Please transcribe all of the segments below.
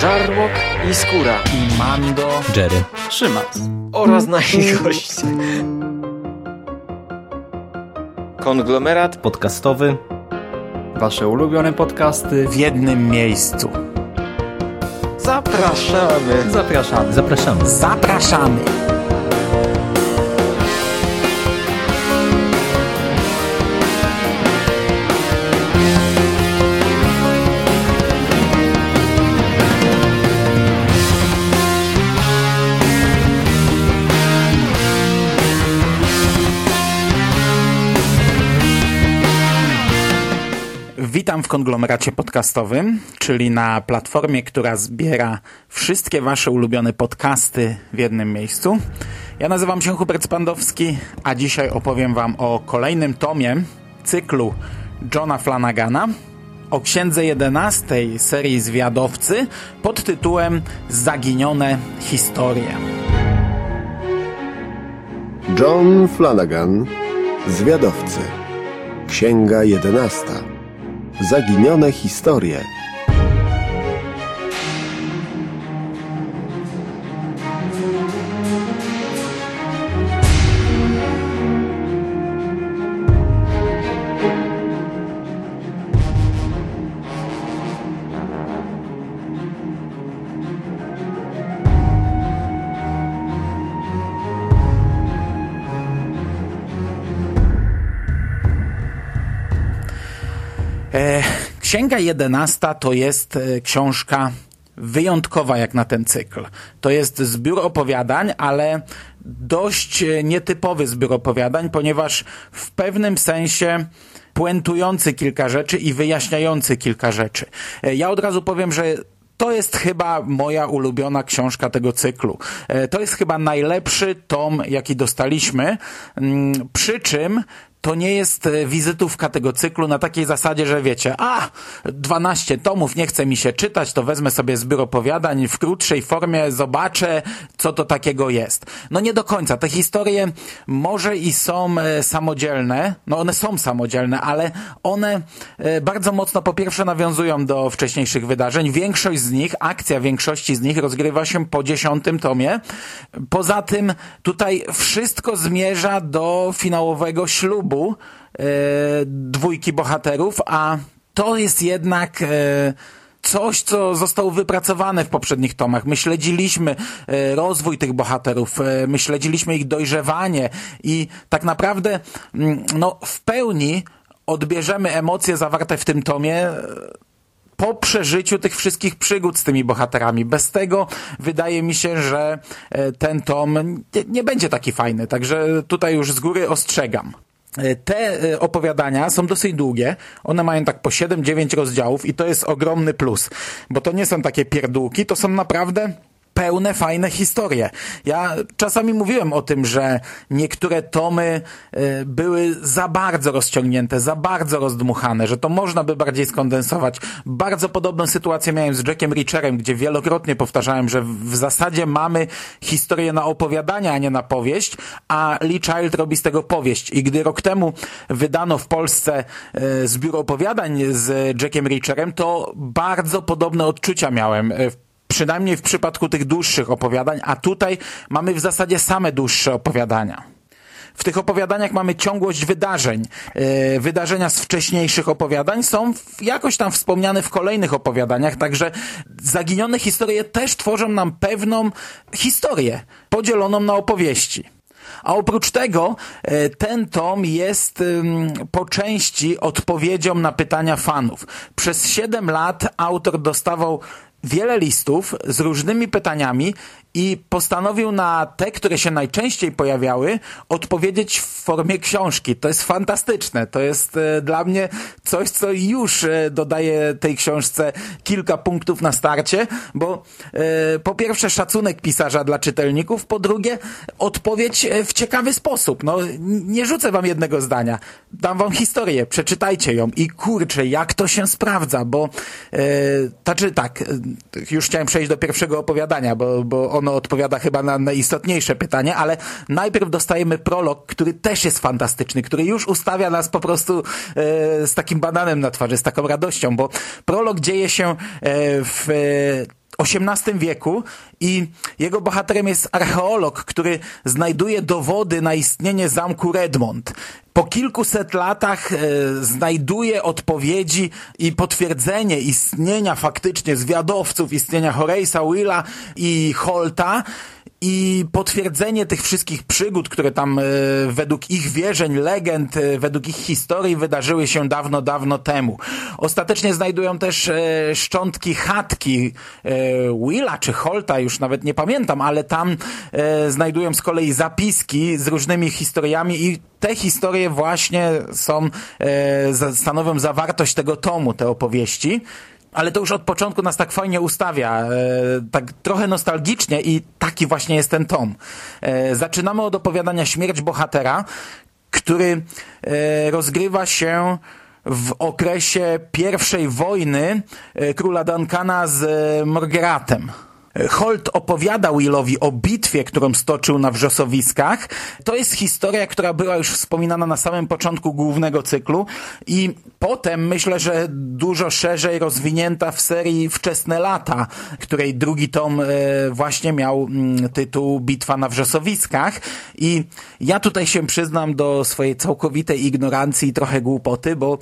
Żarłok i Skóra i Mando, Jerry, Szymas oraz nasi goście. Konglomerat podcastowy. Wasze ulubione podcasty w jednym miejscu. Zapraszamy. Zapraszamy. Zapraszamy. Zapraszamy. Witam w konglomeracie podcastowym, czyli na platformie, która zbiera wszystkie wasze ulubione podcasty w jednym miejscu. Ja nazywam się Hubert Spandowski, a dzisiaj opowiem wam o kolejnym tomie cyklu Johna Flanagana, o księdze 11 serii Zwiadowcy pod tytułem Zaginione historie. John Flanagan, Zwiadowcy, księga 11. Zaginione historie. Księga 11 to jest książka wyjątkowa jak na ten cykl. To jest zbiór opowiadań, ale dość nietypowy zbiór opowiadań, ponieważ w pewnym sensie puentujący kilka rzeczy i wyjaśniający kilka rzeczy. Ja od razu powiem, że to jest chyba moja ulubiona książka tego cyklu. To jest chyba najlepszy tom, jaki dostaliśmy, przy czym to nie jest wizytówka tego cyklu na takiej zasadzie, że wiecie, 12 tomów, nie chce mi się czytać, to wezmę sobie zbiór opowiadań w krótszej formie, zobaczę, co to takiego jest. No nie do końca. Te historie może i są samodzielne, no one są samodzielne, ale one bardzo mocno po pierwsze nawiązują do wcześniejszych wydarzeń. Większość z nich, akcja większości z nich rozgrywa się po 10 tomie. Poza tym tutaj wszystko zmierza do finałowego ślubu dwójki bohaterów, a to jest jednak coś, co zostało wypracowane w poprzednich tomach. My śledziliśmy rozwój tych bohaterów, my śledziliśmy ich dojrzewanie i tak naprawdę w pełni odbierzemy emocje zawarte w tym tomie po przeżyciu tych wszystkich przygód z tymi bohaterami. Bez tego wydaje mi się, że ten tom nie będzie taki fajny, także tutaj już z góry ostrzegam. Te opowiadania są dosyć długie, one mają tak po 7-9 rozdziałów i to jest ogromny plus, bo to nie są takie pierdółki, to są naprawdę pełne, fajne historie. Ja czasami mówiłem o tym, że niektóre tomy były za bardzo rozciągnięte, za bardzo rozdmuchane, że to można by bardziej skondensować. Bardzo podobną sytuację miałem z Jackiem Reacherem, gdzie wielokrotnie powtarzałem, że w zasadzie mamy historię na opowiadania, a nie na powieść, a Lee Child robi z tego powieść. I gdy rok temu wydano w Polsce zbiór opowiadań z Jackiem Reacherem, to bardzo podobne odczucia miałem, przynajmniej w przypadku tych dłuższych opowiadań, a tutaj mamy w zasadzie same dłuższe opowiadania. W tych opowiadaniach mamy ciągłość wydarzeń. Wydarzenia z wcześniejszych opowiadań są jakoś tam wspomniane w kolejnych opowiadaniach, także zaginione historie też tworzą nam pewną historię podzieloną na opowieści. A oprócz tego ten tom jest po części odpowiedzią na pytania fanów. Przez 7 lat autor dostawał wiele listów z różnymi pytaniami i postanowił na te, które się najczęściej pojawiały, odpowiedzieć w formie książki. To jest fantastyczne. To jest dla mnie coś, co już dodaje tej książce kilka punktów na starcie, bo po pierwsze szacunek pisarza dla czytelników, po drugie odpowiedź w ciekawy sposób. No, nie rzucę wam jednego zdania. Dam wam historię, przeczytajcie ją i kurczę, jak to się sprawdza, bo już chciałem przejść do pierwszego opowiadania, bo ono odpowiada chyba na najistotniejsze pytanie, ale najpierw dostajemy prolog, który też jest fantastyczny, który już ustawia nas po prostu z takim bananem na twarzy, z taką radością, bo prolog dzieje się w XVIII wieku i jego bohaterem jest archeolog, który znajduje dowody na istnienie zamku Redmond. Po kilkuset latach znajduje odpowiedzi i potwierdzenie istnienia faktycznie zwiadowców, istnienia Horace'a Willa i Holta i potwierdzenie tych wszystkich przygód, które tam według ich wierzeń, legend, według ich historii wydarzyły się dawno, dawno temu. Ostatecznie znajdują też szczątki chatki Willa czy Holta, już nawet nie pamiętam, ale tam znajdują z kolei zapiski z różnymi historiami i te historie właśnie stanowią zawartość tego tomu, te opowieści. Ale to już od początku nas tak fajnie ustawia, tak trochę nostalgicznie i taki właśnie jest ten tom. Zaczynamy od opowiadania Śmierć bohatera, który rozgrywa się w okresie pierwszej wojny króla Duncana z Morgeratem. Holt opowiada Willowi o bitwie, którą stoczył na wrzosowiskach. To jest historia, która była już wspominana na samym początku głównego cyklu i potem myślę, że dużo szerzej rozwinięta w serii Wczesne lata, której drugi tom właśnie miał tytuł Bitwa na wrzosowiskach i ja tutaj się przyznam do swojej całkowitej ignorancji i trochę głupoty, bo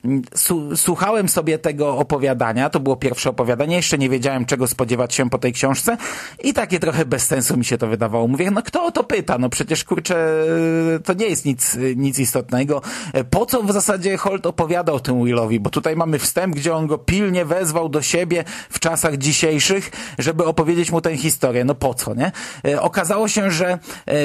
słuchałem sobie tego opowiadania, to było pierwsze opowiadanie, jeszcze nie wiedziałem, czego spodziewać się po tej książce i takie trochę bez sensu mi się to wydawało. Mówię, no kto o to pyta? No przecież kurczę, to nie jest nic istotnego. Po co w zasadzie Holt opowiada o tym Willowi? Bo tutaj mamy wstęp, gdzie on go pilnie wezwał do siebie w czasach dzisiejszych, żeby opowiedzieć mu tę historię. No po co, nie? Okazało się, że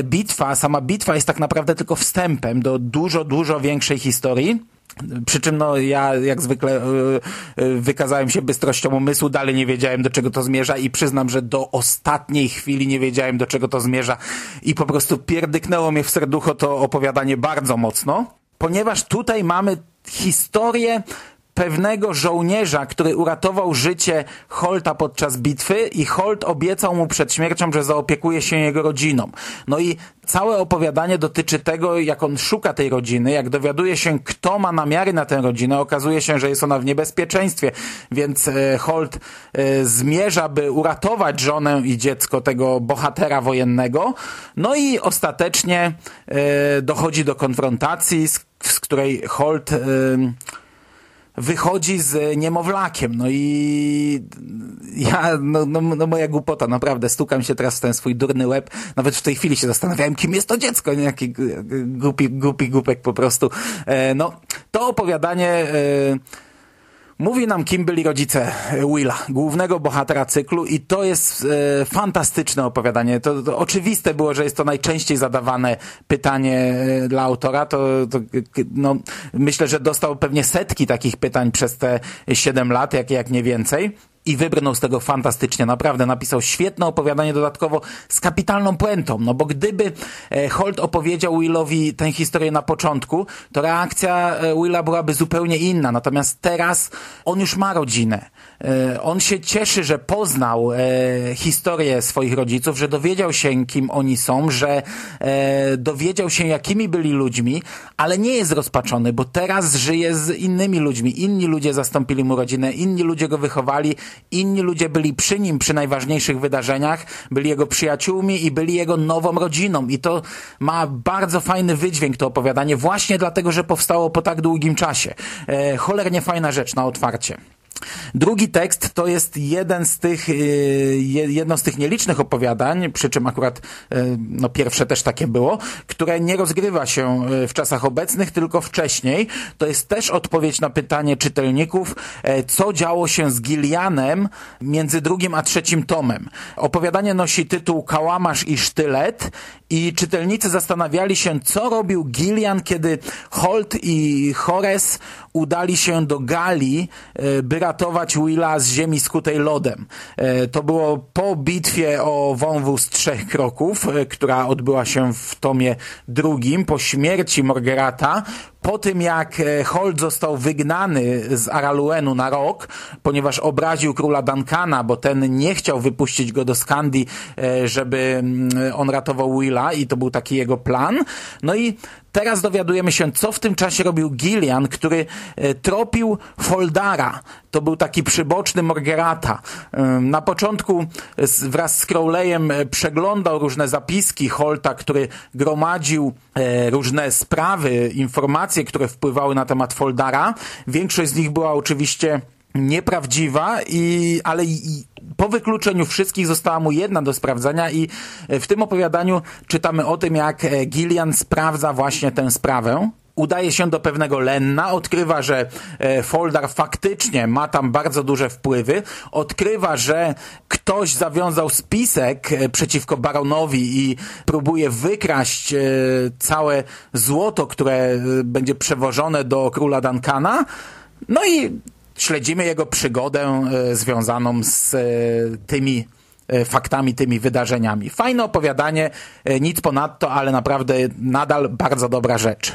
sama bitwa jest tak naprawdę tylko wstępem do dużo, dużo większej historii. Przy czym no ja jak zwykle wykazałem się bystrością umysłu, dalej nie wiedziałem, do czego to zmierza i przyznam, że do ostatniej chwili nie wiedziałem, do czego to zmierza i po prostu pierdyknęło mnie w serducho to opowiadanie bardzo mocno, ponieważ tutaj mamy historię pewnego żołnierza, który uratował życie Holta podczas bitwy i Holt obiecał mu przed śmiercią, że zaopiekuje się jego rodziną. No i całe opowiadanie dotyczy tego, jak on szuka tej rodziny, jak dowiaduje się, kto ma namiary na tę rodzinę. Okazuje się, że jest ona w niebezpieczeństwie, więc Holt zmierza, by uratować żonę i dziecko tego bohatera wojennego. No i ostatecznie dochodzi do konfrontacji, z której Holt wychodzi z niemowlakiem. No i ja, moja głupota, naprawdę, stukam się teraz w ten swój durny łeb. Nawet w tej chwili się zastanawiałem, kim jest to dziecko, nie? Jaki głupek po prostu. No, to opowiadanie mówi nam, kim byli rodzice Willa, głównego bohatera cyklu i to jest fantastyczne opowiadanie. To oczywiste było, że jest to najczęściej zadawane pytanie dla autora. No, myślę, że dostał pewnie setki takich pytań przez te 7 lat, jak nie więcej. I wybrnął z tego fantastycznie, naprawdę napisał świetne opowiadanie dodatkowo z kapitalną puentą, no bo gdyby Holt opowiedział Willowi tę historię na początku, to reakcja Willa byłaby zupełnie inna, natomiast teraz on już ma rodzinę. On się cieszy, że poznał historię swoich rodziców, że dowiedział się, kim oni są, że dowiedział się, jakimi byli ludźmi, ale nie jest rozpaczony, bo teraz żyje z innymi ludźmi. Inni ludzie zastąpili mu rodzinę, inni ludzie go wychowali, inni ludzie byli przy nim przy najważniejszych wydarzeniach, byli jego przyjaciółmi i byli jego nową rodziną. I to ma bardzo fajny wydźwięk, to opowiadanie, właśnie dlatego, że powstało po tak długim czasie. Cholernie fajna rzecz na otwarcie. Drugi tekst to jest jedno z tych nielicznych opowiadań, przy czym akurat no pierwsze też takie było, które nie rozgrywa się w czasach obecnych, tylko wcześniej. To jest też odpowiedź na pytanie czytelników, co działo się z Gillianem między drugim a trzecim tomem. Opowiadanie nosi tytuł Kałamarz i sztylet i czytelnicy zastanawiali się, co robił Gillian, kiedy Holt i Horace udali się do Galii, by ratować Willa z ziemi skutej lodem. To było po bitwie o wąwóz 3 kroków, która odbyła się w tomie drugim, po śmierci Morgerata, po tym jak Holt został wygnany z Araluenu na rok, ponieważ obraził króla Duncana, bo ten nie chciał wypuścić go do Skandii, żeby on ratował Willa i to był taki jego plan. No i teraz dowiadujemy się, co w tym czasie robił Gillian, który tropił Foldara. To był taki przyboczny Morgerata. Na początku wraz z Crowleyem przeglądał różne zapiski Holta, który gromadził różne sprawy, informacje, które wpływały na temat Foldara. Większość z nich była oczywiście nieprawdziwa, ale po wykluczeniu wszystkich została mu jedna do sprawdzenia i w tym opowiadaniu czytamy o tym, jak Gillian sprawdza właśnie tę sprawę. Udaje się do pewnego Lenna, odkrywa, że Foldar faktycznie ma tam bardzo duże wpływy, odkrywa, że ktoś zawiązał spisek przeciwko baronowi i próbuje wykraść całe złoto, które będzie przewożone do króla Duncana. No i śledzimy jego przygodę związaną z tymi faktami, tymi wydarzeniami. Fajne opowiadanie, nic ponadto, ale naprawdę nadal bardzo dobra rzecz.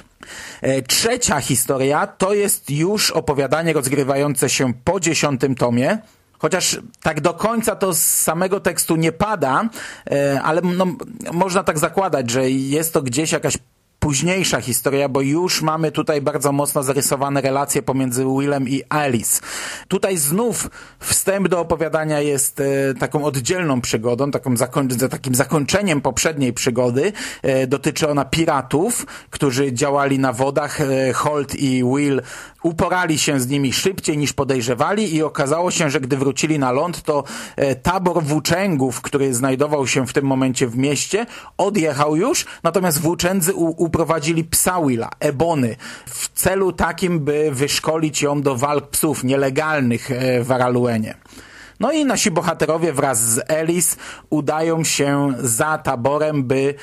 Trzecia historia to jest już opowiadanie rozgrywające się po 10 tomie. Chociaż tak do końca to z samego tekstu nie pada, ale można tak zakładać, że jest to gdzieś jakaś późniejsza historia, bo już mamy tutaj bardzo mocno zarysowane relacje pomiędzy Willem i Alice. Tutaj znów wstęp do opowiadania jest taką oddzielną przygodą, takim zakończeniem poprzedniej przygody. Dotyczy ona piratów, którzy działali na wodach. Holt i Will uporali się z nimi szybciej niż podejrzewali i okazało się, że gdy wrócili na ląd, to tabor włóczęgów, który znajdował się w tym momencie w mieście, odjechał już, natomiast włóczędzy uprowadzili psa Willa, Ebony, w celu takim, by wyszkolić ją do walk psów nielegalnych w Araluenie. No i nasi bohaterowie wraz z Alice udają się za taborem, by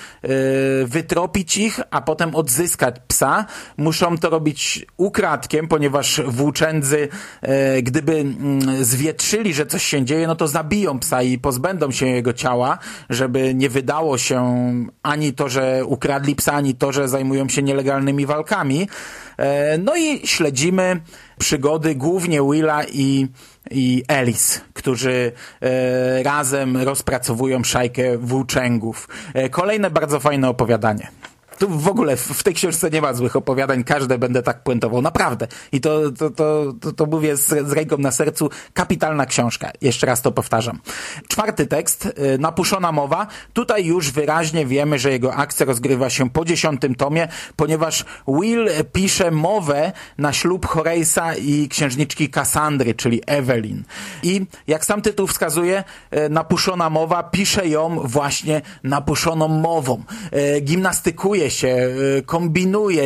wytropić ich, a potem odzyskać psa. Muszą to robić ukradkiem, ponieważ włóczędzy, gdyby zwietrzyli, że coś się dzieje, no to zabiją psa i pozbędą się jego ciała, żeby nie wydało się ani to, że ukradli psa, ani to, że zajmują się nielegalnymi walkami. No i śledzimy przygody głównie Willa i Alice, którzy razem rozpracowują szajkę włóczęgów. Kolejne bardzo fajne opowiadanie. Tu w ogóle w tej książce nie ma złych opowiadań, każde będę tak puentował, naprawdę. I to mówię z ręką na sercu, kapitalna książka. Jeszcze raz to powtarzam. 4. tekst, Napuszona mowa. Tutaj już wyraźnie wiemy, że jego akcja rozgrywa się po 10 tomie, ponieważ Will pisze mowę na ślub Horace'a i księżniczki Cassandry, czyli Evelyn. I jak sam tytuł wskazuje, napuszona mowa, pisze ją właśnie napuszoną mową. Gimnastykuje się, kombinuje,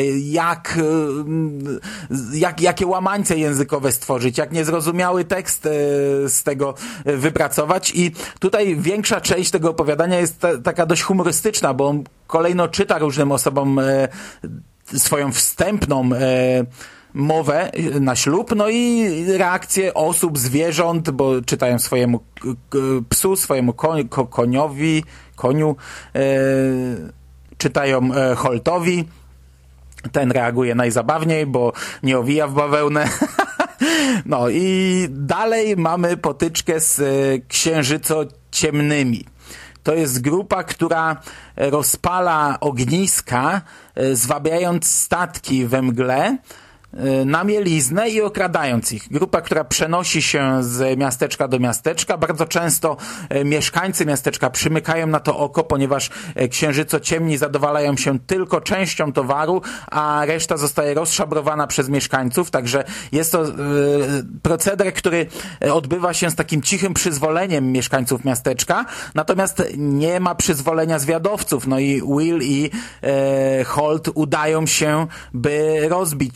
jakie łamańce językowe stworzyć, jak niezrozumiały tekst z tego wypracować i tutaj większa część tego opowiadania jest taka dość humorystyczna, bo on kolejno czyta różnym osobom swoją wstępną mowę na ślub, no i reakcje osób, zwierząt, bo czytają swojemu psu, swojemu koniu, czytają Holtowi. Ten reaguje najzabawniej, bo nie owija w bawełnę. No i dalej mamy potyczkę z księżycociemnymi. To jest grupa, która rozpala ogniska, zwabiając statki we mgle na mieliznę i okradając ich. Grupa, która przenosi się z miasteczka do miasteczka. Bardzo często mieszkańcy miasteczka przymykają na to oko, ponieważ księżycociemni zadowalają się tylko częścią towaru, a reszta zostaje rozszabrowana przez mieszkańców. Także jest to proceder, który odbywa się z takim cichym przyzwoleniem mieszkańców miasteczka. Natomiast nie ma przyzwolenia zwiadowców. No i Will i Holt udają się, by rozbić szajkę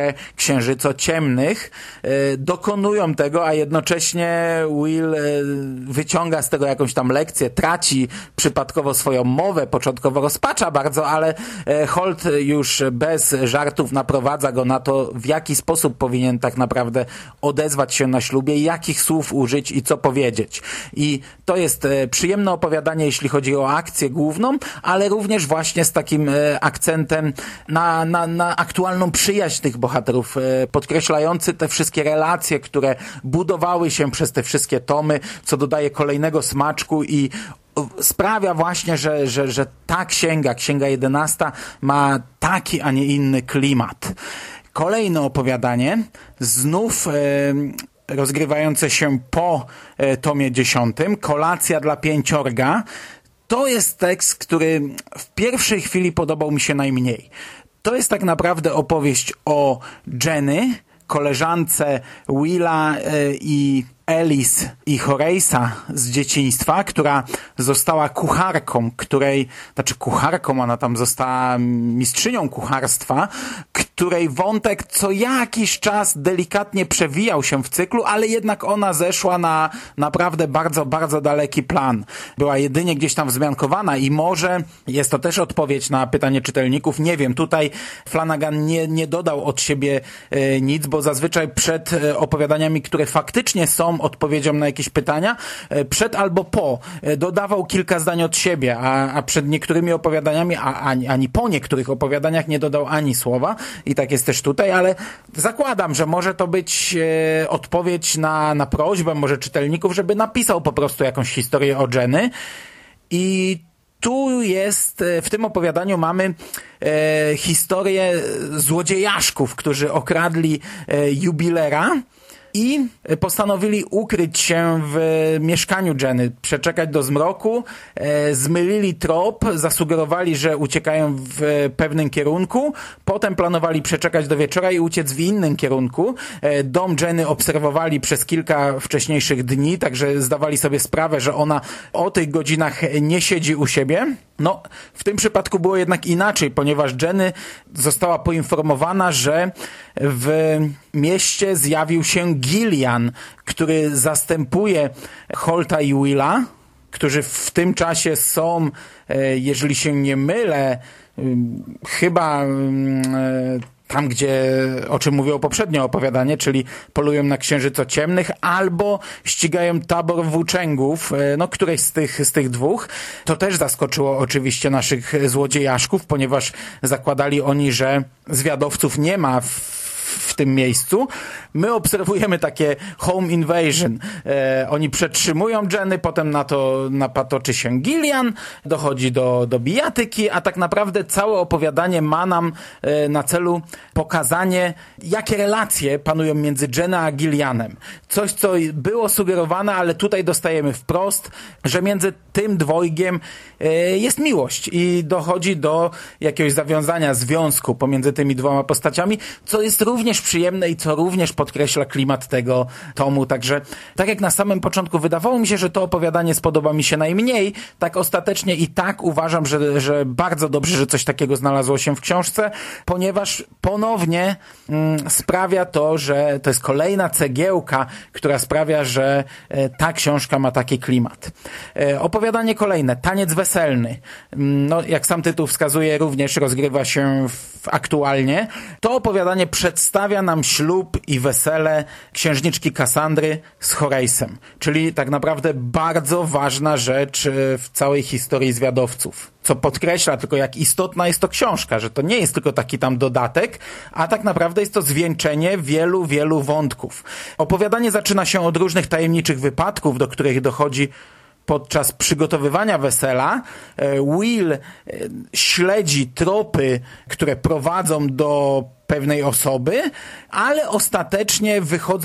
troszkę księżycociemnych, dokonują tego, a jednocześnie Will wyciąga z tego jakąś tam lekcję, traci przypadkowo swoją mowę, początkowo rozpacza bardzo, ale Holt już bez żartów naprowadza go na to, w jaki sposób powinien tak naprawdę odezwać się na ślubie, jakich słów użyć i co powiedzieć. I to jest przyjemne opowiadanie, jeśli chodzi o akcję główną, ale również właśnie z takim akcentem na aktualną przyjaźń tych bohaterów, podkreślający te wszystkie relacje, które budowały się przez te wszystkie tomy, co dodaje kolejnego smaczku i sprawia właśnie, że ta księga 11 ma taki, a nie inny klimat. Kolejne opowiadanie, znów rozgrywające się po tomie 10, Kolacja dla pięciorga. To jest tekst, który w pierwszej chwili podobał mi się najmniej. To jest tak naprawdę opowieść o Jenny, koleżance Willa i Alice i Horace'a z dzieciństwa, która została kucharką, ona tam została mistrzynią kucharstwa, której wątek co jakiś czas delikatnie przewijał się w cyklu, ale jednak ona zeszła na naprawdę bardzo, bardzo daleki plan. Była jedynie gdzieś tam wzmiankowana i może jest to też odpowiedź na pytanie czytelników. Nie wiem, tutaj Flanagan nie dodał od siebie nic, bo zazwyczaj przed opowiadaniami, które faktycznie są odpowiedzią na jakieś pytania, przed albo po dodawał kilka zdań od siebie, a przed niektórymi opowiadaniami, ani po niektórych opowiadaniach nie dodał ani słowa i tak jest też tutaj, ale zakładam, że może to być odpowiedź na prośbę może czytelników, żeby napisał po prostu jakąś historię o Jenny i tu jest, w tym opowiadaniu mamy historię złodziejaszków, którzy okradli jubilera i postanowili ukryć się w mieszkaniu Jenny, przeczekać do zmroku, zmylili trop, zasugerowali, że uciekają w pewnym kierunku, potem planowali przeczekać do wieczora i uciec w innym kierunku. Dom Jenny obserwowali przez kilka wcześniejszych dni, także zdawali sobie sprawę, że ona o tych godzinach nie siedzi u siebie. No, w tym przypadku było jednak inaczej, ponieważ Jenny została poinformowana, że w mieście zjawił się Gillian, który zastępuje Holta i Willa, którzy w tym czasie są, jeżeli się nie mylę, chyba tam, o czym mówiło poprzednie opowiadanie, czyli polują na księżycociemnych albo ścigają tabor włóczęgów, któreś z tych dwóch. To też zaskoczyło oczywiście naszych złodziejaszków, ponieważ zakładali oni, że zwiadowców nie ma w tym miejscu. My obserwujemy takie home invasion. Oni przetrzymują Jenny, potem na to napatoczy się Gillian, dochodzi do bijatyki, a tak naprawdę całe opowiadanie ma nam na celu pokazanie, jakie relacje panują między Jenny a Gillianem. Coś, co było sugerowane, ale tutaj dostajemy wprost, że między tym dwojgiem jest miłość i dochodzi do jakiegoś zawiązania związku pomiędzy tymi dwoma postaciami, co jest również przyjemne i co również podkreśla klimat tego tomu. Także tak jak na samym początku wydawało mi się, że to opowiadanie spodoba mi się najmniej, tak ostatecznie i tak uważam, że bardzo dobrze, że coś takiego znalazło się w książce, ponieważ ponownie sprawia to, że to jest kolejna cegiełka, która sprawia, że ta książka ma taki klimat. Opowiadanie kolejne, Taniec weselny. No, jak sam tytuł wskazuje, również rozgrywa się aktualnie. To opowiadanie przedstawia nam ślub i wesele księżniczki Kassandry z Horace'em, czyli tak naprawdę bardzo ważna rzecz w całej historii zwiadowców. Co podkreśla tylko, jak istotna jest to książka, że to nie jest tylko taki tam dodatek, a tak naprawdę jest to zwieńczenie wielu, wielu wątków. Opowiadanie zaczyna się od różnych tajemniczych wypadków, do których dochodzi podczas przygotowywania wesela. Will śledzi tropy, które prowadzą do pewnej osoby, ale ostatecznie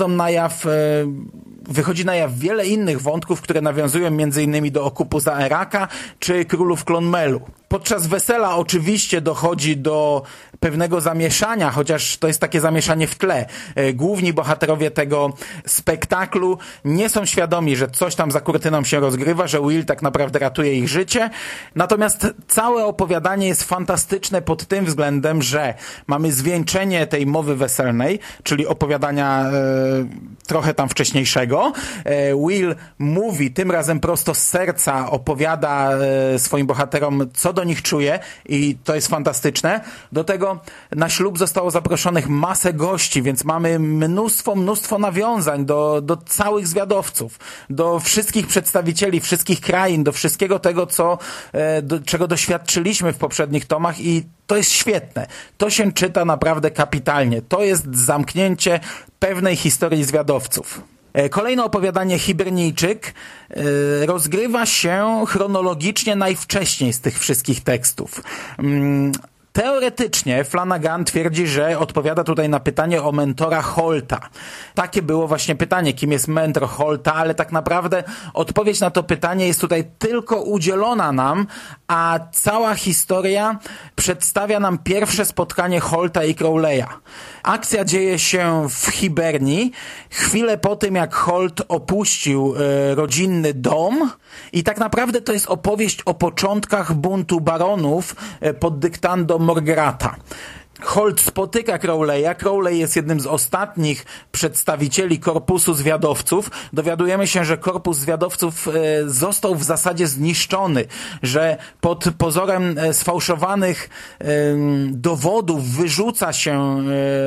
wychodzi na jaw wiele innych wątków, które nawiązują m.in. do Okupu Zaeraka czy Królów Clonmelu. Podczas wesela oczywiście dochodzi do pewnego zamieszania, chociaż to jest takie zamieszanie w tle. Główni bohaterowie tego spektaklu nie są świadomi, że coś tam za kurtyną się rozgrywa, że Will tak naprawdę ratuje ich życie. Natomiast całe opowiadanie jest fantastyczne pod tym względem, że mamy zwieńczenie tej mowy weselnej, czyli opowiadania trochę tam wcześniejszego. Will mówi tym razem prosto z serca, opowiada swoim bohaterom, co do nich czuje i to jest fantastyczne. Do tego na ślub zostało zaproszonych masę gości, więc mamy mnóstwo nawiązań do całych zwiadowców, do wszystkich przedstawicieli, wszystkich krain, do wszystkiego tego, czego doświadczyliśmy w poprzednich tomach i to jest świetne. To się czyta naprawdę kapitalnie. To jest zamknięcie pewnej historii zwiadowców. Kolejne opowiadanie, Hibernijczyk, rozgrywa się chronologicznie najwcześniej z tych wszystkich tekstów. Teoretycznie Flanagan twierdzi, że odpowiada tutaj na pytanie o mentora Holta. Takie było właśnie pytanie, kim jest mentor Holta, ale tak naprawdę odpowiedź na to pytanie jest tutaj tylko udzielona nam, a cała historia przedstawia nam pierwsze spotkanie Holta i Crowley'a. Akcja dzieje się w Hibernii, chwilę po tym, jak Holt opuścił rodzinny dom i tak naprawdę to jest opowieść o początkach buntu baronów pod dyktando Morgerata. Holt spotyka Crowley'a. Crowley jest jednym z ostatnich przedstawicieli korpusu zwiadowców. Dowiadujemy się, że korpus zwiadowców został w zasadzie zniszczony, że pod pozorem sfałszowanych dowodów wyrzuca się,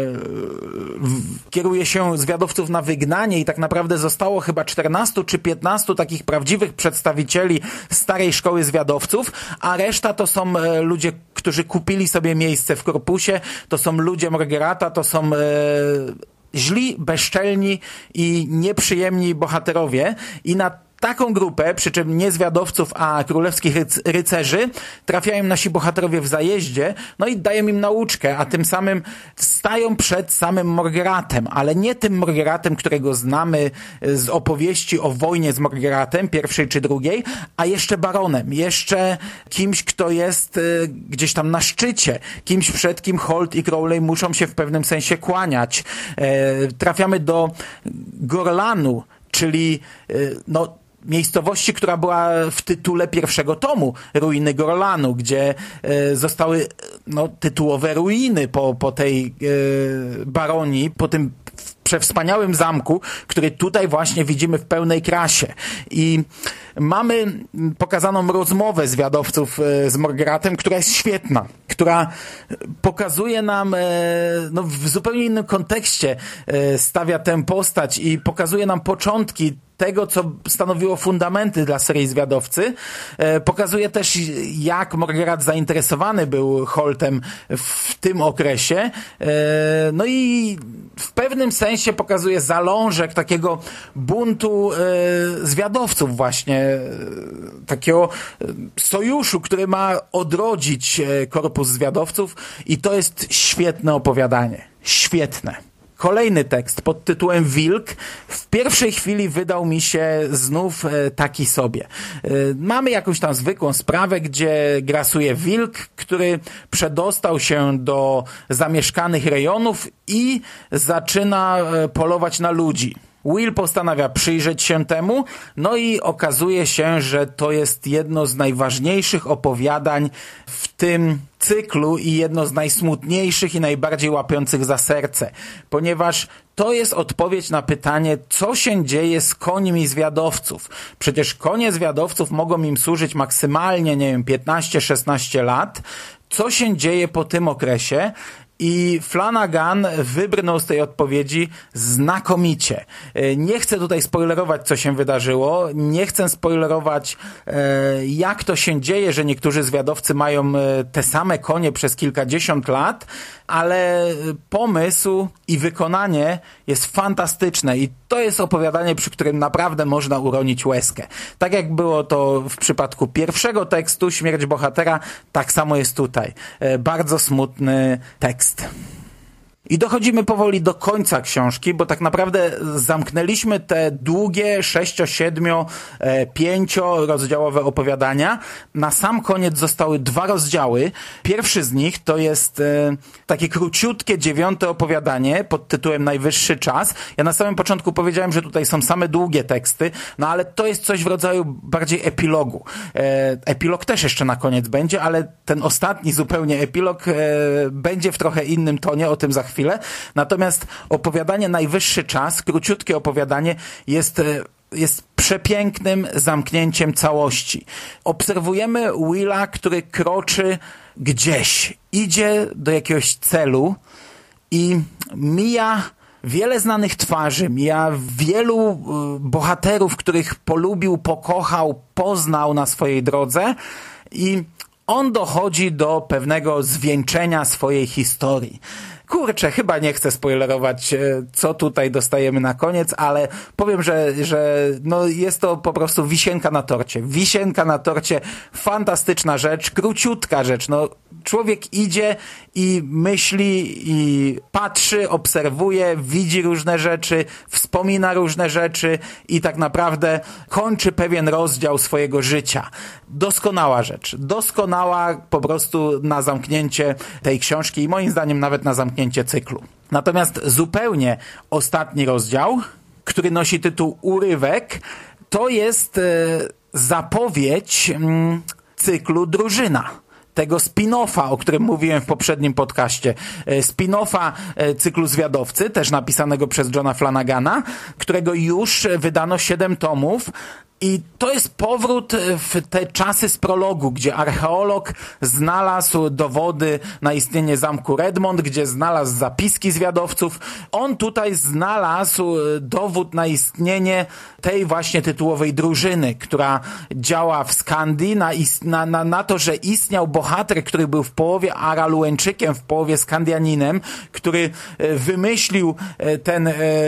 kieruje się zwiadowców na wygnanie i tak naprawdę zostało chyba 14 czy 15 takich prawdziwych przedstawicieli starej szkoły zwiadowców, a reszta to są ludzie, którzy kupili sobie miejsce w korpusie, to są ludzie Morgerata, to są źli, bezczelni i nieprzyjemni bohaterowie i na taką grupę, przy czym nie zwiadowców, a królewskich rycerzy, trafiają nasi bohaterowie w zajeździe, no i dają im nauczkę, a tym samym stają przed samym Morgeratem, ale nie tym Morgeratem, którego znamy z opowieści o wojnie z Morgeratem, pierwszej czy drugiej, a jeszcze baronem, jeszcze kimś, kto jest gdzieś tam na szczycie, kimś, przed kim Holt i Crowley muszą się w pewnym sensie kłaniać. Trafiamy do Gorlanu, czyli miejscowości, która była w tytule pierwszego tomu, Ruiny Gorlanu, gdzie zostały tytułowe ruiny po tej baronii, po tym przewspaniałym zamku, który tutaj właśnie widzimy w pełnej krasie. I mamy pokazaną rozmowę zwiadowców z Morgeratem, która jest świetna, która pokazuje nam, w zupełnie innym kontekście stawia tę postać i pokazuje nam początki tego, co stanowiło fundamenty dla serii Zwiadowcy. Pokazuje też, jak Morgerat zainteresowany był Holtem w tym okresie. No i w pewnym sensie pokazuje zalążek takiego buntu zwiadowców właśnie, takiego sojuszu, który ma odrodzić korpus zwiadowców i to jest świetne opowiadanie. Świetne. Kolejny tekst pod tytułem Wilk w pierwszej chwili wydał mi się znów taki sobie. Mamy jakąś tam zwykłą sprawę, gdzie grasuje wilk, który przedostał się do zamieszkanych rejonów i zaczyna polować na ludzi. Will postanawia przyjrzeć się temu, no i okazuje się, że to jest jedno z najważniejszych opowiadań w tym cyklu i jedno z najsmutniejszych i najbardziej łapiących za serce, ponieważ to jest odpowiedź na pytanie, co się dzieje z końmi zwiadowców. Przecież konie zwiadowców mogą im służyć maksymalnie, 15-16 lat. Co się dzieje po tym okresie? I Flanagan wybrnął z tej odpowiedzi znakomicie. Nie chcę tutaj spoilerować, co się wydarzyło. Nie chcę spoilerować, jak to się dzieje, że niektórzy zwiadowcy mają te same konie przez kilkadziesiąt lat, ale pomysł i wykonanie jest fantastyczne i to jest opowiadanie, przy którym naprawdę można uronić łezkę. Tak jak było to w przypadku pierwszego tekstu, Śmierć bohatera, tak samo jest tutaj. Bardzo smutny tekst. I dochodzimy powoli do końca książki, bo tak naprawdę zamknęliśmy te długie 6, 7, 5 rozdziałowe opowiadania. Na sam koniec zostały 2 rozdziały. Pierwszy z nich to jest takie króciutkie 9 opowiadanie pod tytułem Najwyższy czas. Ja na samym początku powiedziałem, że tutaj są same długie teksty, no ale to jest coś w rodzaju bardziej epilogu. Epilog też jeszcze na koniec będzie, ale ten ostatni zupełnie epilog będzie w trochę innym tonie, o tym za chwilę. Natomiast opowiadanie Najwyższy czas, króciutkie opowiadanie jest przepięknym zamknięciem całości. Obserwujemy Willa, który kroczy gdzieś, idzie do jakiegoś celu i mija wiele znanych twarzy, mija wielu bohaterów, których polubił, pokochał, poznał na swojej drodze i on dochodzi do pewnego zwieńczenia swojej historii. Kurczę, chyba nie chcę spoilerować, co tutaj dostajemy na koniec, ale powiem, że no jest to po prostu wisienka na torcie. Wisienka na torcie, fantastyczna rzecz, króciutka rzecz. No, człowiek idzie i myśli i patrzy, obserwuje, widzi różne rzeczy, wspomina różne rzeczy i tak naprawdę kończy pewien rozdział swojego życia. Doskonała rzecz. Doskonała po prostu na zamknięcie tej książki i moim zdaniem nawet na zamknięcie cyklu. Natomiast zupełnie ostatni rozdział, który nosi tytuł Urywek, to jest zapowiedź cyklu Drużyna. Tego spin-offa, o którym mówiłem w poprzednim podcaście. Spin-offa cyklu Zwiadowcy, też napisanego przez Johna Flanagana, którego już wydano 7 tomów. I to jest powrót w te czasy z prologu, gdzie archeolog znalazł dowody na istnienie zamku Redmond, gdzie znalazł zapiski zwiadowców. On tutaj znalazł dowód na istnienie tej właśnie tytułowej drużyny, która działa w Skandii, na to, że istniał bohater, który był w połowie Aralueńczykiem, w połowie Skandianinem, który wymyślił ten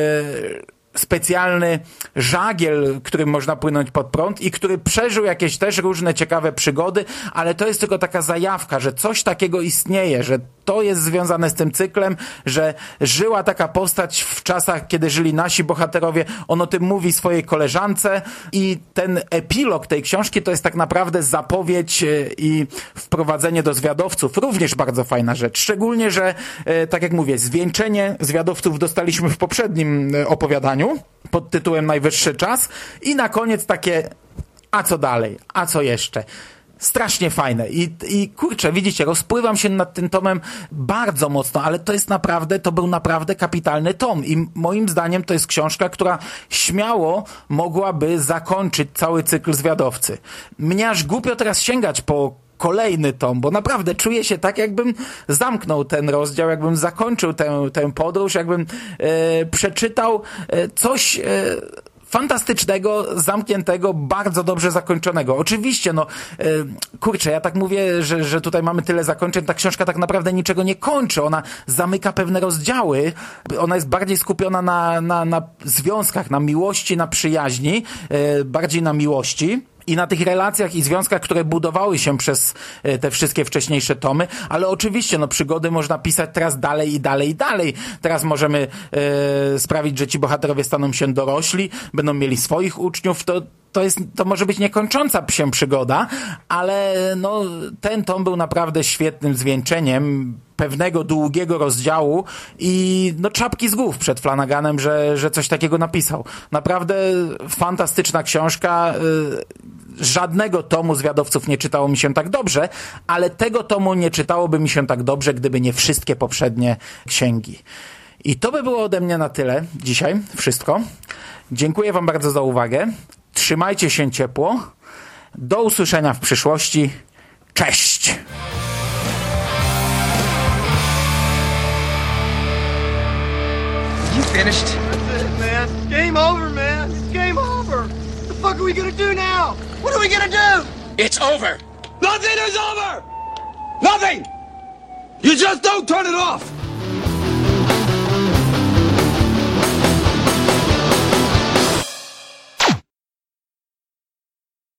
specjalny żagiel, którym można płynąć pod prąd i który przeżył jakieś też różne ciekawe przygody, ale to jest tylko taka zajawka, że coś takiego istnieje, że to jest związane z tym cyklem, że żyła taka postać w czasach, kiedy żyli nasi bohaterowie. On o tym mówi swojej koleżance i ten epilog tej książki to jest tak naprawdę zapowiedź i wprowadzenie do zwiadowców. Również bardzo fajna rzecz. Szczególnie, że tak jak mówię, zwieńczenie zwiadowców dostaliśmy w poprzednim opowiadaniu pod tytułem Najwyższy czas i na koniec takie a co dalej? A co jeszcze? Strasznie fajne. I kurczę, widzicie, rozpływam się nad tym tomem bardzo mocno, ale to był naprawdę kapitalny tom i moim zdaniem to jest książka, która śmiało mogłaby zakończyć cały cykl Zwiadowcy. Mnie aż głupio teraz sięgać po kolejny tom, bo naprawdę czuję się tak, jakbym zamknął ten rozdział, jakbym zakończył tę podróż, jakbym przeczytał coś fantastycznego, zamkniętego, bardzo dobrze zakończonego. Oczywiście, kurczę, ja tak mówię, że tutaj mamy tyle zakończeń, ta książka tak naprawdę niczego nie kończy, ona zamyka pewne rozdziały, ona jest bardziej skupiona na związkach, na miłości, na przyjaźni, bardziej na miłości i na tych relacjach i związkach, które budowały się przez te wszystkie wcześniejsze tomy, ale oczywiście, przygody można pisać teraz dalej i dalej i dalej. Teraz możemy sprawić, że ci bohaterowie staną się dorośli, będą mieli swoich uczniów, to może być niekończąca się przygoda, ale ten tom był naprawdę świetnym zwieńczeniem pewnego długiego rozdziału i czapki z głów przed Flanaganem, że coś takiego napisał. Naprawdę fantastyczna książka. Żadnego tomu Zwiadowców nie czytało mi się tak dobrze, ale tego tomu nie czytałoby mi się tak dobrze, gdyby nie wszystkie poprzednie księgi. I to by było ode mnie na tyle dzisiaj. Wszystko. Dziękuję wam bardzo za uwagę. Trzymajcie się ciepło. Do usłyszenia w przyszłości. Cześć! You finished? That's it, man. Game over, man. It's game over. What the fuck are we gonna do now? What are we gonna do? It's over. Nothing is over! Nothing! You just don't turn it off!